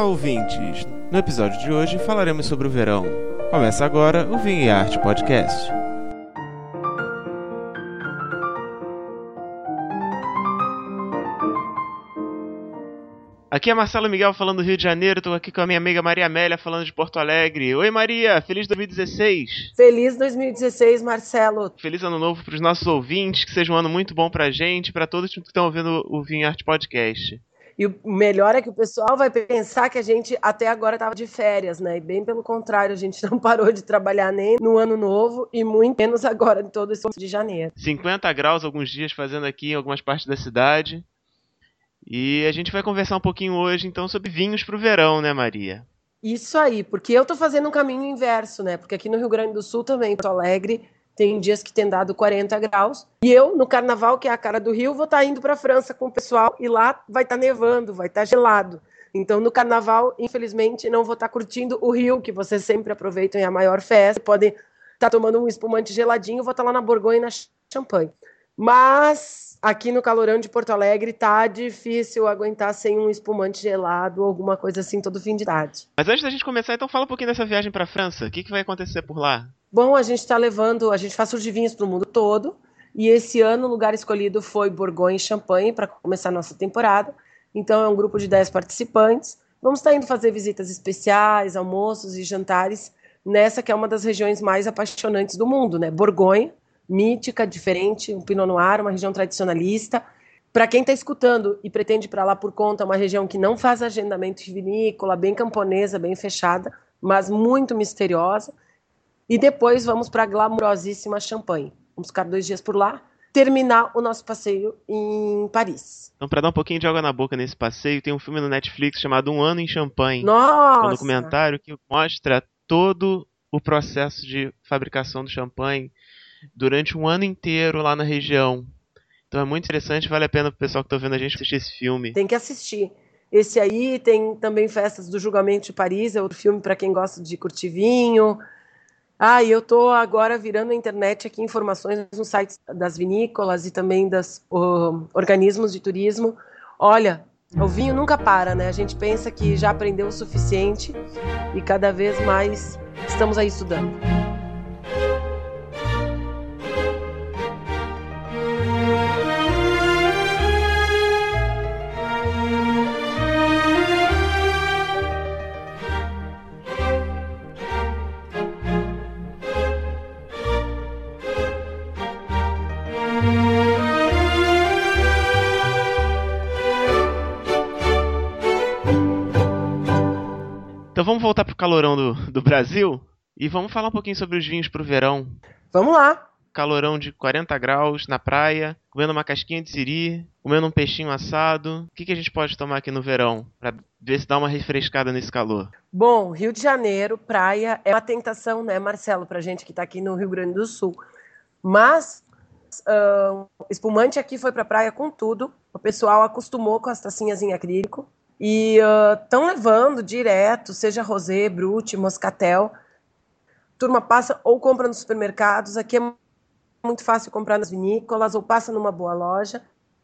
ouvintes! No episódio de hoje falaremos sobre o verão. Começa agora o Vinho e Arte Podcast. Aqui é Marcelo Miguel falando do Rio de Janeiro, estou aqui com a minha amiga Maria Amélia falando de Porto Alegre. Oi Maria, feliz 2016! Feliz 2016, Marcelo! Feliz ano novo para os nossos ouvintes, que seja um ano muito bom pra gente, para todos que estão ouvindo o Vinho e Arte Podcast. E o melhor é que o pessoal vai pensar que a gente até agora estava de férias, né? E bem pelo contrário, a gente não parou de trabalhar nem no ano novo e muito menos agora, em todo esse mês de janeiro. 50 graus alguns dias fazendo aqui em algumas partes da cidade. E a gente vai conversar um pouquinho hoje, então, sobre vinhos pro verão, né, Maria? Isso aí, porque eu tô fazendo um caminho inverso, né? Porque aqui no Rio Grande do Sul também, em Porto Alegre, tem dias que tem dado 40 graus. E eu, no carnaval, que é a cara do Rio, vou estar indo para a França com o pessoal e lá vai estar nevando, vai estar gelado. Então, no carnaval, infelizmente, não vou estar curtindo o Rio, que vocês sempre aproveitam, é a maior festa. Podem estar tomando um espumante geladinho, vou estar lá na Borgonha e na Champagne. Mas aqui no calorão de Porto Alegre tá difícil aguentar sem um espumante gelado ou alguma coisa assim todo fim de tarde. Mas antes da gente começar, então fala um pouquinho dessa viagem para a França. O que vai acontecer por lá? Bom, a gente faz tour de vinhos para o mundo todo. E esse ano o lugar escolhido foi Borgonha e Champagne para começar a nossa temporada. Então é um grupo de 10 participantes. Vamos estar indo fazer visitas especiais, almoços e jantares nessa que é uma das regiões mais apaixonantes do mundo, né? Borgonha, mítica, diferente, um Pinot Noir, uma região tradicionalista. Para quem está escutando e pretende ir para lá por conta, é uma região que não faz agendamento de vinícola, bem camponesa, bem fechada, mas muito misteriosa. E depois vamos para a glamourosíssima Champagne. Vamos ficar 2 dias por lá, terminar o nosso passeio em Paris. Então, para dar um pouquinho de água na boca nesse passeio, tem um filme no Netflix chamado Um Ano em Champagne. Nossa! É um documentário que mostra todo o processo de fabricação do champanhe durante um ano inteiro lá na região. Então é muito interessante, vale a pena pro pessoal que tá vendo a gente assistir esse filme. Tem que assistir. Esse aí tem também Festas do Julgamento de Paris, é outro filme para quem gosta de curtir vinho. E eu tô agora virando na internet aqui informações nos sites das vinícolas e também dos organismos de turismo. Olha, o vinho nunca para, né? A gente pensa que já aprendeu o suficiente e cada vez mais estamos aí estudando. Então vamos voltar pro calorão do Brasil e vamos falar um pouquinho sobre os vinhos pro verão. Vamos lá! Calorão de 40 graus na praia, comendo uma casquinha de siri, comendo um peixinho assado. O que a gente pode tomar aqui no verão para ver se dá uma refrescada nesse calor? Bom, Rio de Janeiro, praia, é uma tentação, né, Marcelo, pra gente que tá aqui no Rio Grande do Sul. Mas espumante aqui foi pra praia com tudo. O pessoal acostumou com as tacinhas em acrílico. E estão levando direto, seja rosé, brut, moscatel. Turma passa ou compra nos supermercados. Aqui é muito fácil comprar nas vinícolas ou passa numa boa loja.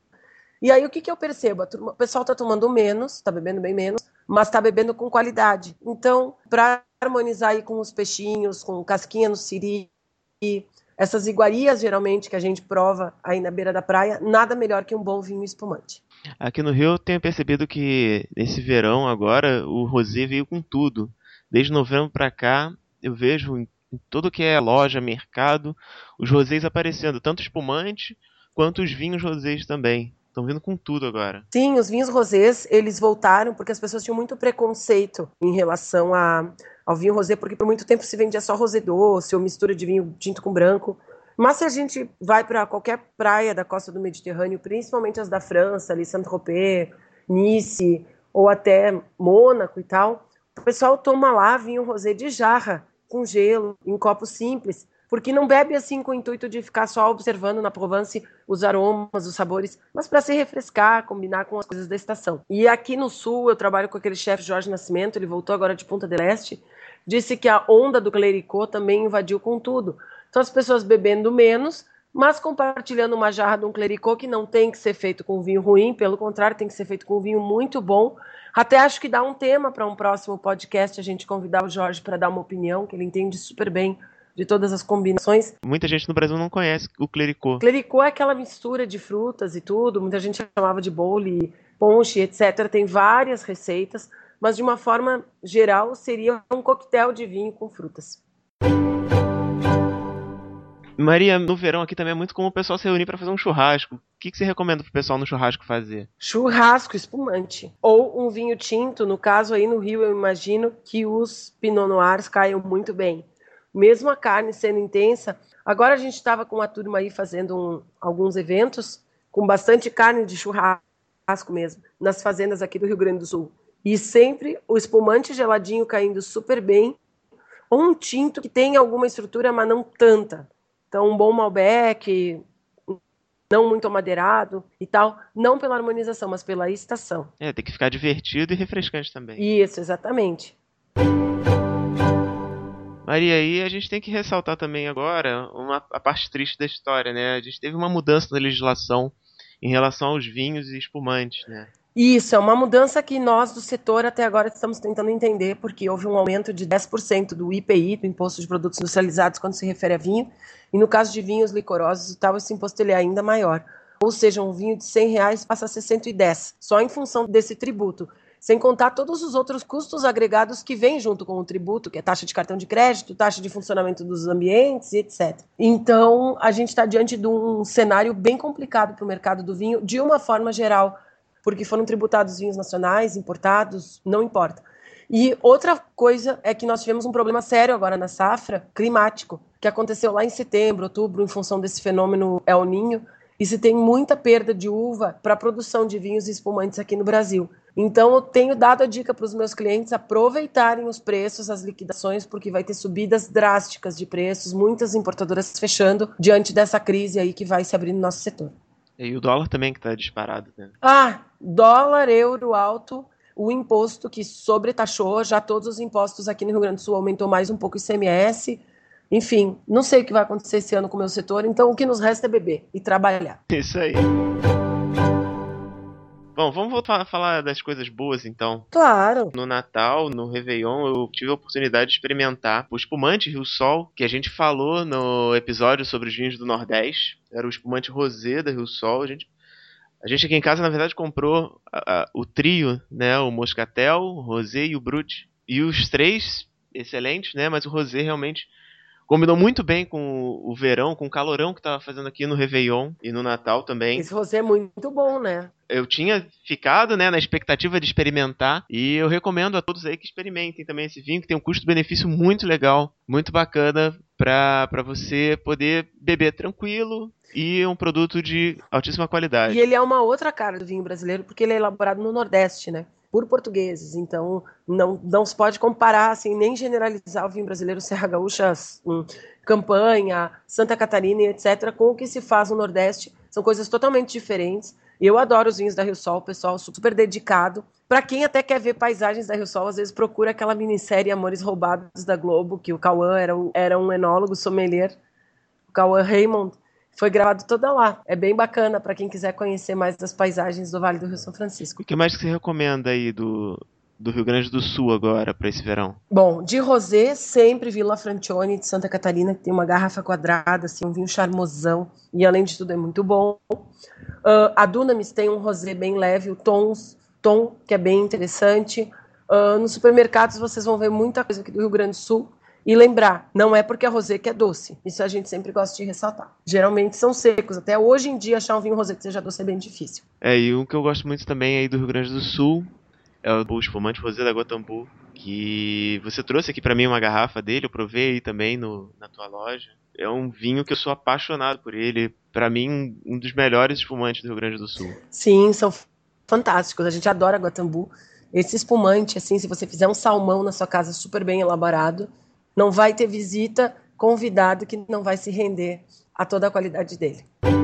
E aí o que eu percebo? O pessoal está tomando menos, está bebendo bem menos, mas está bebendo com qualidade. Então, para harmonizar aí com os peixinhos, com casquinha no siri, essas iguarias geralmente que a gente prova aí na beira da praia, nada melhor que um bom vinho espumante. Aqui no Rio eu tenho percebido que nesse verão agora o rosé veio com tudo. Desde novembro para cá eu vejo em tudo que é loja, mercado, os rosés aparecendo, tanto espumante quanto os vinhos rosés também. Estão vindo com tudo agora. Sim, os vinhos rosés, eles voltaram porque as pessoas tinham muito preconceito em relação ao vinho rosé, porque por muito tempo se vendia só rosé doce ou mistura de vinho tinto com branco. Mas se a gente vai para qualquer praia da costa do Mediterrâneo, principalmente as da França, ali Saint-Tropez, Nice, ou até Mônaco e tal, o pessoal toma lá vinho rosé de jarra, com gelo, em copos simples, porque não bebe assim com o intuito de ficar só observando na Provence os aromas, os sabores, mas para se refrescar, combinar com as coisas da estação. E aqui no sul, eu trabalho com aquele chefe Jorge Nascimento, ele voltou agora de Punta del Este, disse que a onda do clericot também invadiu com tudo. Então as pessoas bebendo menos, mas compartilhando uma jarra de um clericot que não tem que ser feito com vinho ruim, pelo contrário, tem que ser feito com vinho muito bom. Até acho que dá um tema para um próximo podcast, a gente convidar o Jorge para dar uma opinião, que ele entende super bem de todas as combinações. Muita gente no Brasil não conhece o clericot. Clericot é aquela mistura de frutas e tudo, muita gente chamava de bole, ponche, etc. Tem várias receitas, mas de uma forma geral seria um coquetel de vinho com frutas. Maria, no verão aqui também é muito comum o pessoal se reunir para fazer um churrasco. O que você recomenda pro pessoal no churrasco fazer? Churrasco espumante. Ou um vinho tinto, no caso aí no Rio eu imagino que os Pinot Noirs caiam muito bem. Mesmo a carne sendo intensa, agora a gente estava com a turma aí fazendo alguns eventos com bastante carne de churrasco mesmo, nas fazendas aqui do Rio Grande do Sul. E sempre o espumante geladinho caindo super bem, ou um tinto que tem alguma estrutura, mas não tanta. Então, um bom Malbec, não muito amadeirado e tal, não pela harmonização, mas pela estação. Tem que ficar divertido e refrescante também. Isso, exatamente. Maria, e a gente tem que ressaltar também agora a parte triste da história, né? A gente teve uma mudança na legislação em relação aos vinhos e espumantes, né? Isso, é uma mudança que nós do setor até agora estamos tentando entender, porque houve um aumento de 10% do IPI, do Imposto de Produtos Industrializados, quando se refere a vinho, e no caso de vinhos licorosos, esse imposto ele é ainda maior. Ou seja, um vinho de R$100 passa a ser 110, só em função desse tributo. Sem contar todos os outros custos agregados que vêm junto com o tributo, que é taxa de cartão de crédito, taxa de funcionamento dos ambientes e etc. Então, a gente está diante de um cenário bem complicado para o mercado do vinho, de uma forma geral, porque foram tributados vinhos nacionais, importados, não importa. E outra coisa é que nós tivemos um problema sério agora na safra, climático, que aconteceu lá em setembro, outubro, em função desse fenômeno El Niño, e se tem muita perda de uva para a produção de vinhos e espumantes aqui no Brasil. Então, eu tenho dado a dica para os meus clientes aproveitarem os preços, as liquidações, porque vai ter subidas drásticas de preços, muitas importadoras fechando diante dessa crise aí que vai se abrir no nosso setor. E o dólar também que está disparado, né? Dólar, euro alto, o imposto que sobretaxou, já todos os impostos aqui no Rio Grande do Sul aumentou mais um pouco o ICMS. Enfim, não sei o que vai acontecer esse ano com o meu setor, então o que nos resta é beber e trabalhar. Isso aí. Bom, vamos voltar a falar das coisas boas, então. Claro. No Natal, no Réveillon, eu tive a oportunidade de experimentar o espumante Rio Sol, que a gente falou no episódio sobre os vinhos do Nordeste. Era o espumante rosé da Rio Sol. A gente aqui em casa, na verdade, comprou o trio, né? O Moscatel, o Rosé e o Brut. E os três, excelentes, né? Mas o Rosé realmente combinou muito bem com o verão, com o calorão que estava fazendo aqui no Réveillon e no Natal também. Esse rosé é muito bom, né? Eu tinha ficado, né, na expectativa de experimentar e eu recomendo a todos aí que experimentem também esse vinho, que tem um custo-benefício muito legal, muito bacana para você poder beber tranquilo e um produto de altíssima qualidade. E ele é uma outra cara do vinho brasileiro, porque ele é elaborado no Nordeste, né? Por portugueses, então não se pode comparar, assim, nem generalizar o vinho brasileiro, Serra Gaúcha, Campanha, Santa Catarina e etc., com o que se faz no Nordeste, são coisas totalmente diferentes. Eu adoro os vinhos da Rio Sol, o pessoal super dedicado. Para quem até quer ver paisagens da Rio Sol, às vezes procura aquela minissérie Amores Roubados da Globo, que o Cauã era um enólogo sommelier, o Cauã Raymond, foi gravado toda lá. É bem bacana para quem quiser conhecer mais das paisagens do Vale do Rio São Francisco. O que mais que você recomenda aí do Rio Grande do Sul agora para esse verão? Bom, de rosé, sempre Vila Francione de Santa Catarina, que tem uma garrafa quadrada, assim, um vinho charmosão, e além de tudo é muito bom. A Dunamis tem um rosé bem leve, o Tom, que é bem interessante. Nos supermercados vocês vão ver muita coisa aqui do Rio Grande do Sul. E lembrar, não é porque é rosé que é doce. Isso a gente sempre gosta de ressaltar. Geralmente são secos. Até hoje em dia, achar um vinho rosé que seja doce é bem difícil. E o que eu gosto muito também aí do Rio Grande do Sul é o espumante rosé da Gotambu, que você trouxe aqui pra mim uma garrafa dele, eu provei aí também na tua loja. É um vinho que eu sou apaixonado por ele. Pra mim, um dos melhores espumantes do Rio Grande do Sul. Sim, são fantásticos. A gente adora Gotambu. Esse espumante, assim, se você fizer um salmão na sua casa super bem elaborado, não vai ter visita, convidado que não vai se render a toda a qualidade dele.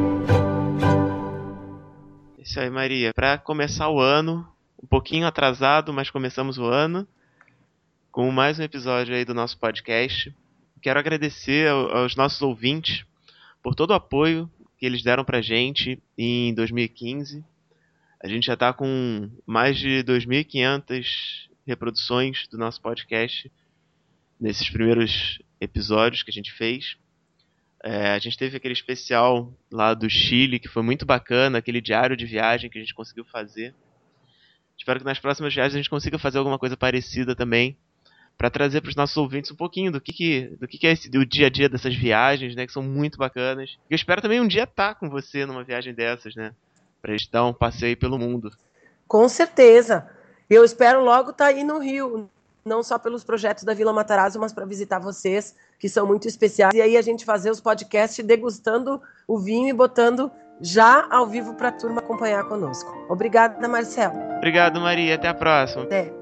Isso aí, Maria. Para começar o ano, um pouquinho atrasado, mas começamos o ano com mais um episódio aí do nosso podcast. Quero agradecer aos nossos ouvintes por todo o apoio que eles deram pra gente em 2015. A gente já está com mais de 2.500 reproduções do nosso podcast nesses primeiros episódios que a gente fez. A gente teve aquele especial lá do Chile, que foi muito bacana, aquele diário de viagem que a gente conseguiu fazer. Espero que nas próximas viagens a gente consiga fazer alguma coisa parecida também, para trazer para os nossos ouvintes um pouquinho do que é o dia a dia dessas viagens, né, que são muito bacanas. Eu espero também um dia estar com você numa viagem dessas, né, para a gente dar um passeio pelo mundo. Com certeza. Eu espero logo estar aí no Rio, não só pelos projetos da Vila Matarazzo, mas para visitar vocês, que são muito especiais. E aí a gente fazer os podcasts degustando o vinho e botando já ao vivo para a turma acompanhar conosco. Obrigada, Marcelo. Obrigado, Maria. Até a próxima. Até.